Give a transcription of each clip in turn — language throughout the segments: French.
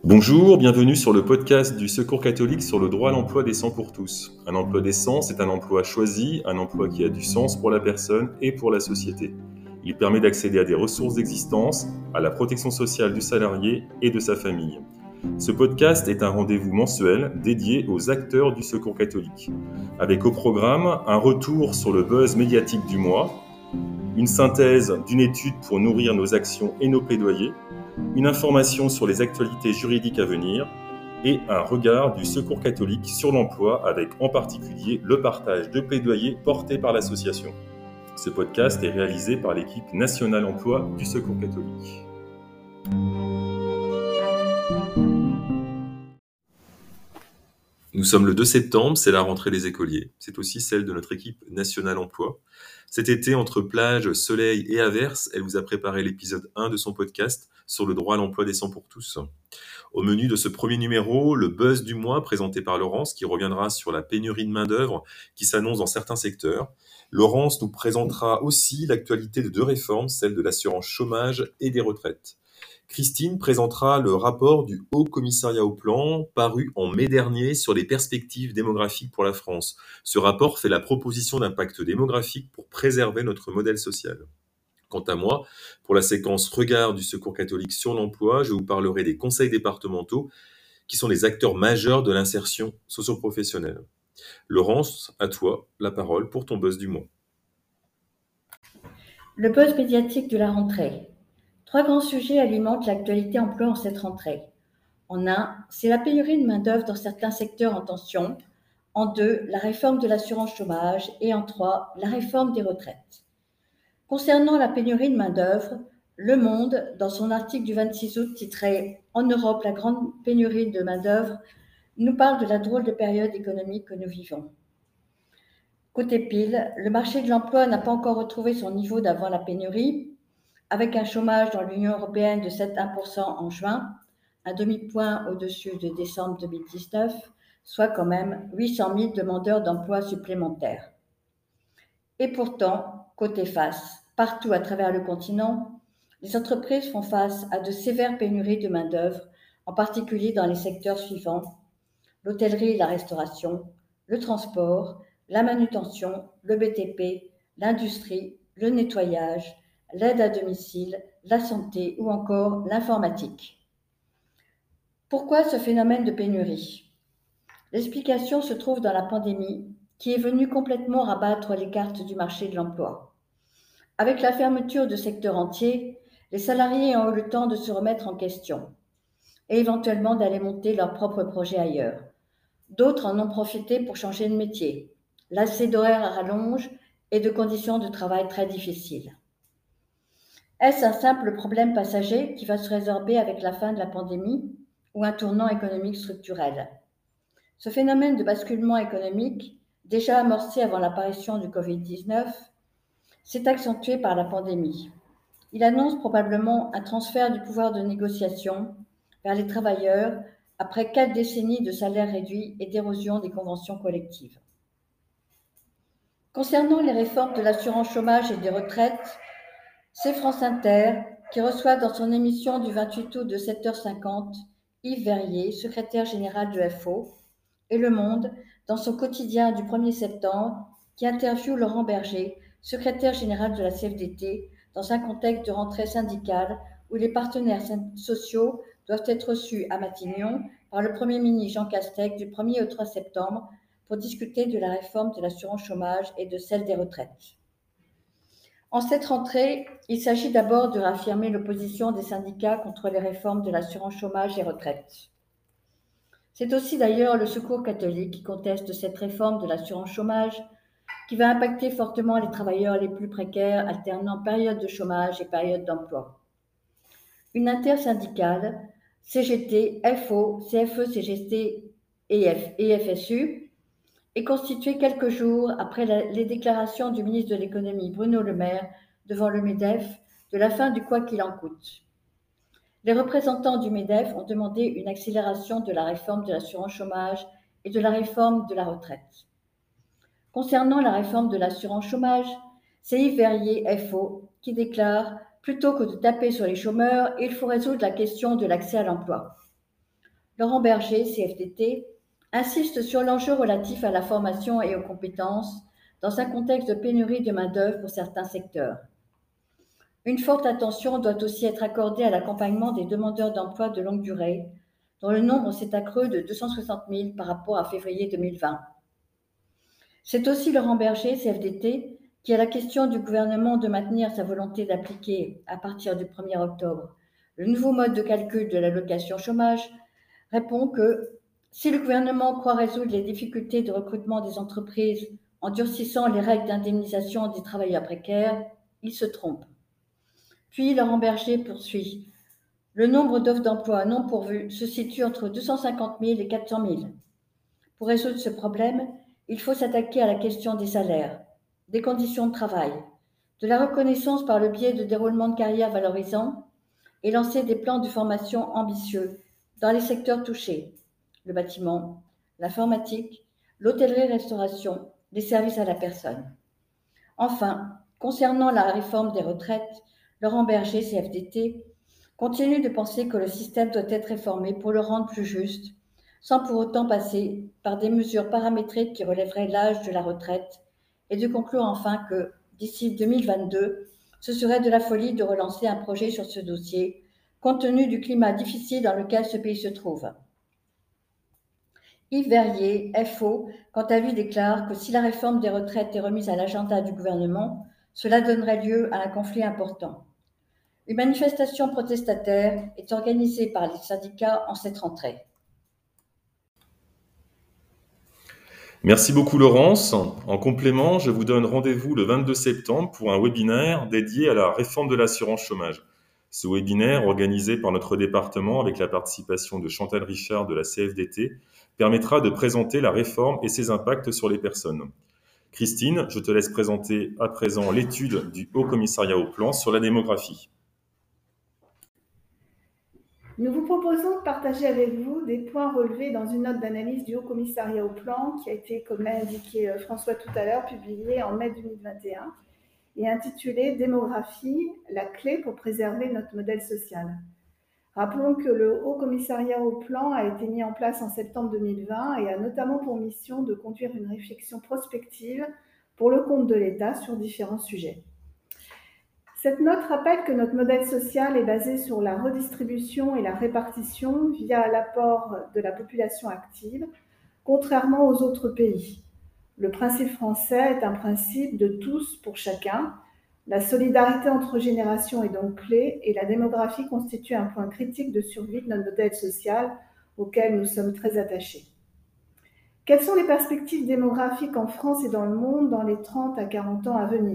Bonjour, bienvenue sur le podcast du Secours catholique sur le droit à l'emploi décent pour tous. Un emploi décent, c'est un emploi choisi, un emploi qui a du sens pour la personne et pour la société. Il permet d'accéder à des ressources d'existence, à la protection sociale du salarié et de sa famille. Ce podcast est un rendez-vous mensuel dédié aux acteurs du Secours catholique. Avec au programme un retour sur le buzz médiatique du mois, une synthèse d'une étude pour nourrir nos actions et nos plaidoyers, une information sur les actualités juridiques à venir et un regard du Secours catholique sur l'emploi avec en particulier le partage de plaidoyers portés par l'association. Ce podcast est réalisé par l'équipe nationale emploi du Secours catholique. Nous sommes le 2 septembre, c'est la rentrée des écoliers. C'est aussi celle de notre équipe nationale emploi. Cet été, entre plage, soleil et averse, elle vous a préparé l'épisode 1 de son podcast sur le droit à l'emploi décent pour tous. Au menu de ce premier numéro, le buzz du mois présenté par Laurence qui reviendra sur la pénurie de main-d'œuvre qui s'annonce dans certains secteurs. Laurence nous présentera aussi l'actualité de deux réformes, celle de l'assurance chômage et des retraites. Christine présentera le rapport du Haut Commissariat au Plan, paru en mai dernier sur les perspectives démographiques pour la France. Ce rapport fait la proposition d'un pacte démographique pour préserver notre modèle social. Quant à moi, pour la séquence Regard du Secours catholique sur l'emploi, je vous parlerai des conseils départementaux qui sont les acteurs majeurs de l'insertion socio-professionnelle. Laurence, à toi la parole pour ton buzz du mois. Le buzz médiatique de la rentrée. 3 grands sujets alimentent l'actualité emploi en cette rentrée. En 1, c'est la pénurie de main-d'œuvre dans certains secteurs en tension. En 2, la réforme de l'assurance chômage. Et en 3, la réforme des retraites. Concernant la pénurie de main-d'œuvre, Le Monde, dans son article du 26 août titré « En Europe, la grande pénurie de main-d'œuvre », nous parle de la drôle de période économique que nous vivons. Côté pile, le marché de l'emploi n'a pas encore retrouvé son niveau d'avant la pénurie, avec un chômage dans l'Union européenne de 7,1% en juin, un demi-point au-dessus de décembre 2019, soit quand même 800 000 demandeurs d'emploi supplémentaires. Et pourtant, côté face, partout à travers le continent, les entreprises font face à de sévères pénuries de main-d'œuvre, en particulier dans les secteurs suivants: l'hôtellerie et la restauration, le transport, la manutention, le BTP, l'industrie, le nettoyage, l'aide à domicile, la santé ou encore l'informatique. Pourquoi ce phénomène de pénurie ? L'explication se trouve dans la pandémie qui est venue complètement rabattre les cartes du marché de l'emploi. Avec la fermeture de secteurs entiers, les salariés ont eu le temps de se remettre en question et éventuellement d'aller monter leur propre projet ailleurs. D'autres en ont profité pour changer de métier, lassés d'horaires à rallonge et de conditions de travail très difficiles. Est-ce un simple problème passager qui va se résorber avec la fin de la pandémie ou un tournant économique structurel ? Ce phénomène de basculement économique, déjà amorcé avant l'apparition du Covid-19, s'est accentué par la pandémie. Il annonce probablement un transfert du pouvoir de négociation vers les travailleurs après 4 décennies de salaires réduits et d'érosion des conventions collectives. Concernant les réformes de l'assurance chômage et des retraites, c'est France Inter qui reçoit dans son émission du 28 août de 7h50 Yves Verrier, secrétaire général de FO, et Le Monde dans son quotidien du 1er septembre qui interviewe Laurent Berger, secrétaire général de la CFDT, dans un contexte de rentrée syndicale où les partenaires sociaux doivent être reçus à Matignon par le Premier ministre Jean Castex du 1er au 3 septembre pour discuter de la réforme de l'assurance chômage et de celle des retraites. En cette rentrée, il s'agit d'abord de réaffirmer l'opposition des syndicats contre les réformes de l'assurance chômage et retraites. C'est aussi d'ailleurs le Secours catholique qui conteste cette réforme de l'assurance chômage qui va impacter fortement les travailleurs les plus précaires alternant période de chômage et période d'emploi. Une intersyndicale, CGT, FO, CFE, CGT et FSU, est constituée quelques jours après les déclarations du ministre de l'économie Bruno Le Maire devant le MEDEF de la fin du quoi qu'il en coûte. Les représentants du MEDEF ont demandé une accélération de la réforme de l'assurance chômage et de la réforme de la retraite. Concernant la réforme de l'assurance chômage, c'est Yves Verrier, FO, qui déclare « Plutôt que de taper sur les chômeurs, il faut résoudre la question de l'accès à l'emploi ». Laurent Berger, CFDT, insiste sur l'enjeu relatif à la formation et aux compétences dans un contexte de pénurie de main-d'œuvre pour certains secteurs. Une forte attention doit aussi être accordée à l'accompagnement des demandeurs d'emploi de longue durée, dont le nombre s'est accru de 260 000 par rapport à février 2020. C'est aussi Laurent Berger, CFDT, qui, à la question du gouvernement de maintenir sa volonté d'appliquer, à partir du 1er octobre, le nouveau mode de calcul de l'allocation chômage, répond que si le gouvernement croit résoudre les difficultés de recrutement des entreprises en durcissant les règles d'indemnisation des travailleurs précaires, il se trompe. Puis Laurent Berger poursuit. Le nombre d'offres d'emploi non pourvues se situe entre 250 000 et 400 000. Pour résoudre ce problème, il faut s'attaquer à la question des salaires, des conditions de travail, de la reconnaissance par le biais de déroulements de carrière valorisants et lancer des plans de formation ambitieux dans les secteurs touchés, le bâtiment, l'informatique, l'hôtellerie-restauration, les services à la personne. Enfin, concernant la réforme des retraites, Laurent Berger, CFDT, continue de penser que le système doit être réformé pour le rendre plus juste, sans pour autant passer par des mesures paramétriques qui relèveraient l'âge de la retraite, et de conclure enfin que, d'ici 2022, ce serait de la folie de relancer un projet sur ce dossier, compte tenu du climat difficile dans lequel ce pays se trouve. Yves Verrier, FO, quant à lui, déclare que si la réforme des retraites est remise à l'agenda du gouvernement, cela donnerait lieu à un conflit important. Une manifestation protestataire est organisée par les syndicats en cette rentrée. Merci beaucoup Laurence. En complément, je vous donne rendez-vous le 22 septembre pour un webinaire dédié à la réforme de l'assurance chômage. Ce webinaire, organisé par notre département avec la participation de Chantal Richard de la CFDT, permettra de présenter la réforme et ses impacts sur les personnes. Christine, je te laisse présenter à présent l'étude du Haut Commissariat au Plan sur la démographie. Nous vous proposons de partager avec vous des points relevés dans une note d'analyse du Haut Commissariat au Plan qui a été, comme l'a indiqué François tout à l'heure, publiée en mai 2021 et intitulée « Démographie, la clé pour préserver notre modèle social ». Rappelons que le Haut Commissariat au Plan a été mis en place en septembre 2020 et a notamment pour mission de conduire une réflexion prospective pour le compte de l'État sur différents sujets. Cette note rappelle que notre modèle social est basé sur la redistribution et la répartition via l'apport de la population active, contrairement aux autres pays. Le principe français est un principe de tous pour chacun. La solidarité entre générations est donc clé et la démographie constitue un point critique de survie de notre modèle social auquel nous sommes très attachés. Quelles sont les perspectives démographiques en France et dans le monde dans les 30 à 40 ans à venir ?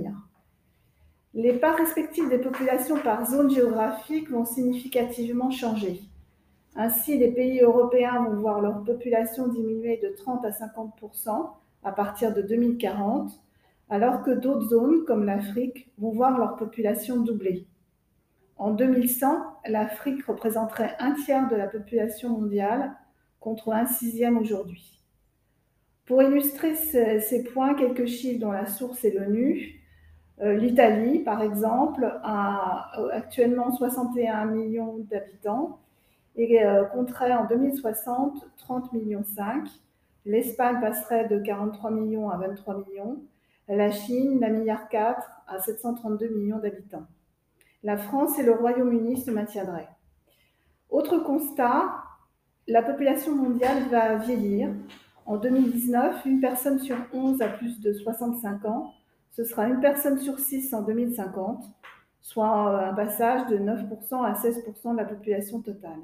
Les parts respectives des populations par zone géographique vont significativement changer. Ainsi, les pays européens vont voir leur population diminuer de 30 à 50% à partir de 2040, alors que d'autres zones, comme l'Afrique, vont voir leur population doubler. En 2100, l'Afrique représenterait un tiers de la population mondiale, contre un sixième aujourd'hui. Pour illustrer ces points, quelques chiffres dont la source est l'ONU. L'Italie, par exemple, a actuellement 61 millions d'habitants et compterait en 2060 30,5 millions. L'Espagne passerait de 43 millions à 23 millions. La Chine, 1,4 milliard à 732 millions d'habitants. La France et le Royaume-Uni se maintiendraient. Autre constat, la population mondiale va vieillir. En 2019, une personne sur 11 a plus de 65 ans. Ce sera une personne sur 6 en 2050, soit un passage de 9% à 16% de la population totale.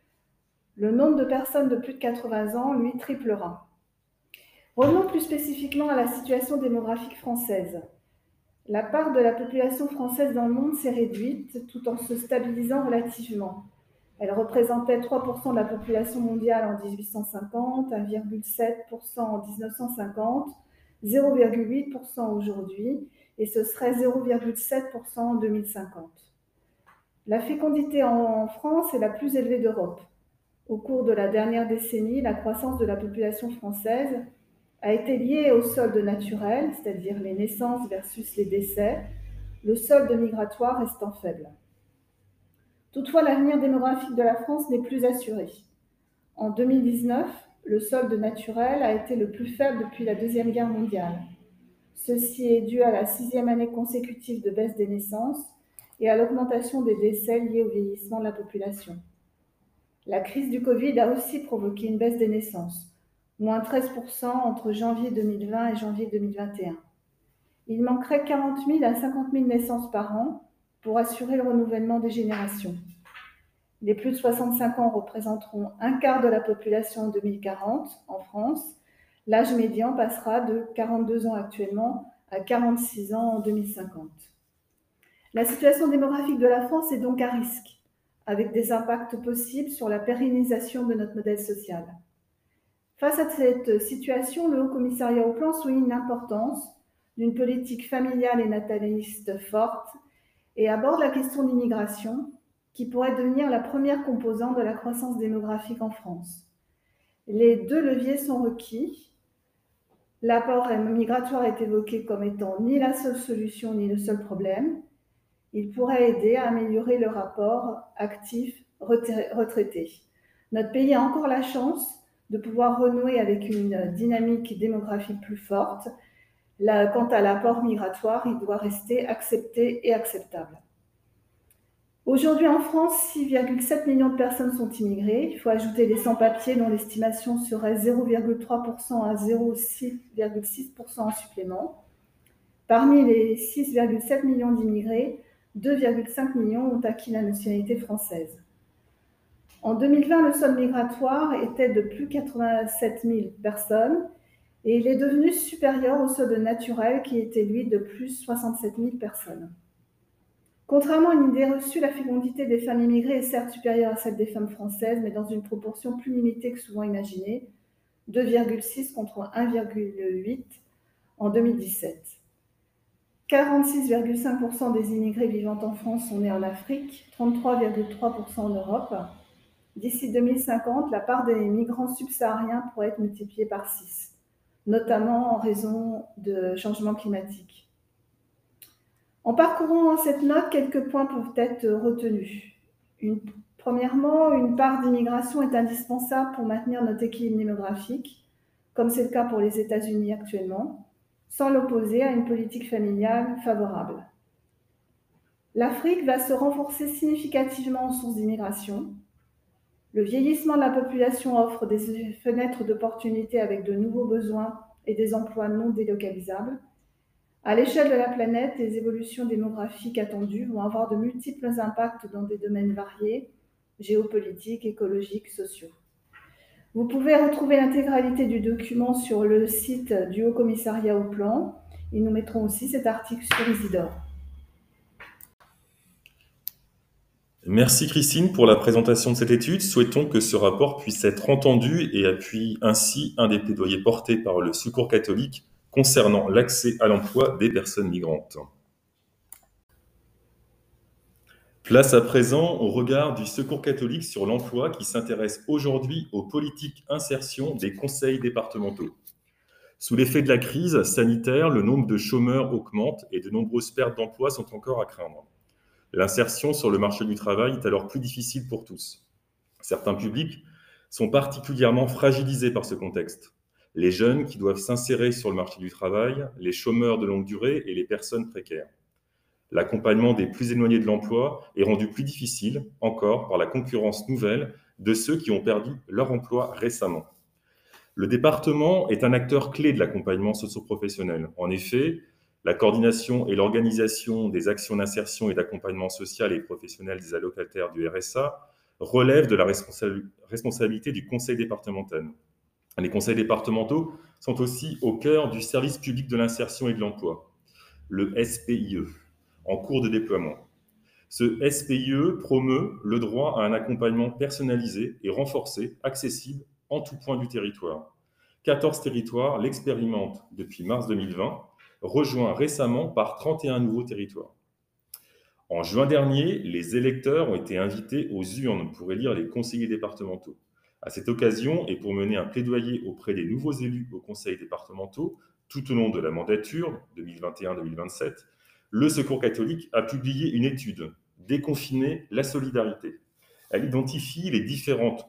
Le nombre de personnes de plus de 80 ans, lui, triplera. Revenons plus spécifiquement à la situation démographique française. La part de la population française dans le monde s'est réduite tout en se stabilisant relativement. Elle représentait 3% de la population mondiale en 1850, 1,7% en 1950, 0,8% aujourd'hui, et ce serait 0,7% en 2050. La fécondité en France est la plus élevée d'Europe. Au cours de la dernière décennie, la croissance de la population française a été liée au solde naturel, c'est-à-dire les naissances versus les décès, le solde migratoire restant faible. Toutefois, l'avenir démographique de la France n'est plus assuré. En 2019, le solde naturel a été le plus faible depuis la Deuxième Guerre mondiale. Ceci est dû à la 6e année consécutive de baisse des naissances et à l'augmentation des décès liés au vieillissement de la population. La crise du Covid a aussi provoqué une baisse des naissances, moins 13% entre janvier 2020 et janvier 2021. Il manquerait 40 000 à 50 000 naissances par an pour assurer le renouvellement des générations. Les plus de 65 ans représenteront un quart de la population en 2040 en France. L'âge médian passera de 42 ans actuellement à 46 ans en 2050. La situation démographique de la France est donc à risque, avec des impacts possibles sur la pérennisation de notre modèle social. Face à cette situation, le Haut Commissariat au Plan souligne l'importance d'une politique familiale et nataliste forte et aborde la question de l'immigration, qui pourrait devenir la première composante de la croissance démographique en France. Les deux leviers sont requis. L'apport migratoire est évoqué comme étant ni la seule solution ni le seul problème. Il pourrait aider à améliorer le rapport actif-retraité. Notre pays a encore la chance de pouvoir renouer avec une dynamique démographique plus forte. Quant à l'apport migratoire, il doit rester accepté et acceptable. Aujourd'hui en France, 6,7 millions de personnes sont immigrées. Il faut ajouter les sans-papiers dont l'estimation serait 0,3% à 0,6% en supplément. Parmi les 6,7 millions d'immigrés, 2,5 millions ont acquis la nationalité française. En 2020, le solde migratoire était de plus 87 000 personnes et il est devenu supérieur au solde naturel qui était lui de plus 67 000 personnes. Contrairement à une idée reçue, la fécondité des femmes immigrées est certes supérieure à celle des femmes françaises, mais dans une proportion plus limitée que souvent imaginée, 2,6 contre 1,8 en 2017. 46,5% des immigrés vivant en France sont nés en Afrique, 33,3% en Europe. D'ici 2050, la part des migrants subsahariens pourrait être multipliée par 6, notamment en raison de changements climatiques. En parcourant cette note, quelques points peuvent être retenus. Premièrement, une part d'immigration est indispensable pour maintenir notre équilibre démographique, comme c'est le cas pour les États-Unis actuellement, sans l'opposer à une politique familiale favorable. L'Afrique va se renforcer significativement en source d'immigration. Le vieillissement de la population offre des fenêtres d'opportunités avec de nouveaux besoins et des emplois non délocalisables. À l'échelle de la planète, les évolutions démographiques attendues vont avoir de multiples impacts dans des domaines variés, géopolitiques, écologiques, sociaux. Vous pouvez retrouver l'intégralité du document sur le site du Haut Commissariat au Plan. Et nous mettrons aussi cet article sur Isidore. Merci Christine pour la présentation de cette étude. Souhaitons que ce rapport puisse être entendu et appuie ainsi un des plaidoyers portés par le Secours catholique concernant l'accès à l'emploi des personnes migrantes. Place à présent au regard du Secours catholique sur l'emploi qui s'intéresse aujourd'hui aux politiques insertion des conseils départementaux. Sous l'effet de la crise sanitaire, le nombre de chômeurs augmente et de nombreuses pertes d'emplois sont encore à craindre. L'insertion sur le marché du travail est alors plus difficile pour tous. Certains publics sont particulièrement fragilisés par ce contexte. Les jeunes qui doivent s'insérer sur le marché du travail, les chômeurs de longue durée et les personnes précaires. L'accompagnement des plus éloignés de l'emploi est rendu plus difficile encore par la concurrence nouvelle de ceux qui ont perdu leur emploi récemment. Le département est un acteur clé de l'accompagnement socio-professionnel. En effet, la coordination et l'organisation des actions d'insertion et d'accompagnement social et professionnel des allocataires du RSA relèvent de la responsabilité du conseil départemental. Les conseils départementaux sont aussi au cœur du service public de l'insertion et de l'emploi, le SPIE, en cours de déploiement. Ce SPIE promeut le droit à un accompagnement personnalisé et renforcé, accessible en tout point du territoire. 14 territoires l'expérimentent depuis mars 2020, rejoint récemment par 31 nouveaux territoires. En juin dernier, les électeurs ont été invités aux urnes pour élire les conseillers départementaux. À cette occasion, et pour mener un plaidoyer auprès des nouveaux élus aux conseils départementaux, tout au long de la mandature 2021-2027, le Secours catholique a publié une étude, Déconfiner la solidarité. Elle identifie les différentes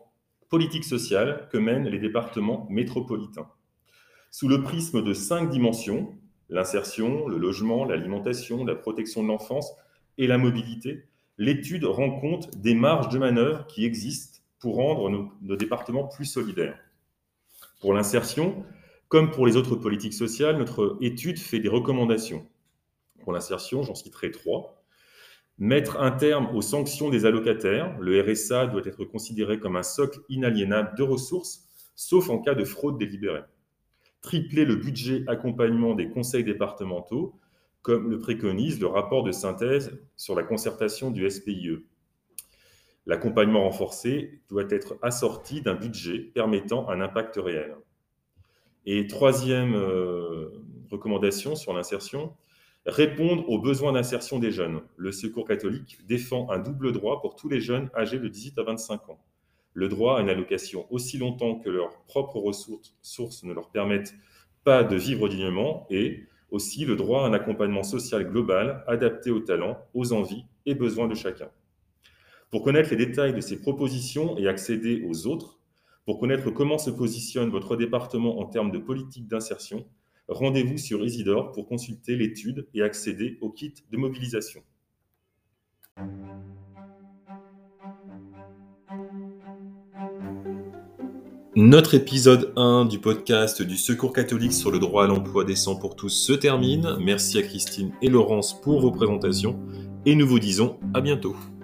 politique sociale que mènent les départements métropolitains. Sous le prisme de 5 dimensions, l'insertion, le logement, l'alimentation, la protection de l'enfance et la mobilité, l'étude rend compte des marges de manœuvre qui existent pour rendre nos départements plus solidaires. Pour l'insertion, comme pour les autres politiques sociales, notre étude fait des recommandations. Pour l'insertion, j'en citerai 3. Mettre un terme aux sanctions des allocataires. Le RSA doit être considéré comme un socle inaliénable de ressources, sauf en cas de fraude délibérée. Tripler le budget accompagnement des conseils départementaux, comme le préconise le rapport de synthèse sur la concertation du SPIE. L'accompagnement renforcé doit être assorti d'un budget permettant un impact réel. Et troisième recommandation sur l'insertion, répondre aux besoins d'insertion des jeunes. Le Secours catholique défend un double droit pour tous les jeunes âgés de 18 à 25 ans. Le droit à une allocation aussi longtemps que leurs propres ressources ne leur permettent pas de vivre dignement et aussi le droit à un accompagnement social global adapté aux talents, aux envies et besoins de chacun. Pour connaître les détails de ces propositions et accéder aux autres, pour connaître comment se positionne votre département en termes de politique d'insertion, rendez-vous sur Isidore pour consulter l'étude et accéder au kit de mobilisation. Notre épisode 1 du podcast du Secours catholique sur le droit à l'emploi décent pour tous se termine. Merci à Christine et Laurence pour vos présentations et nous vous disons à bientôt.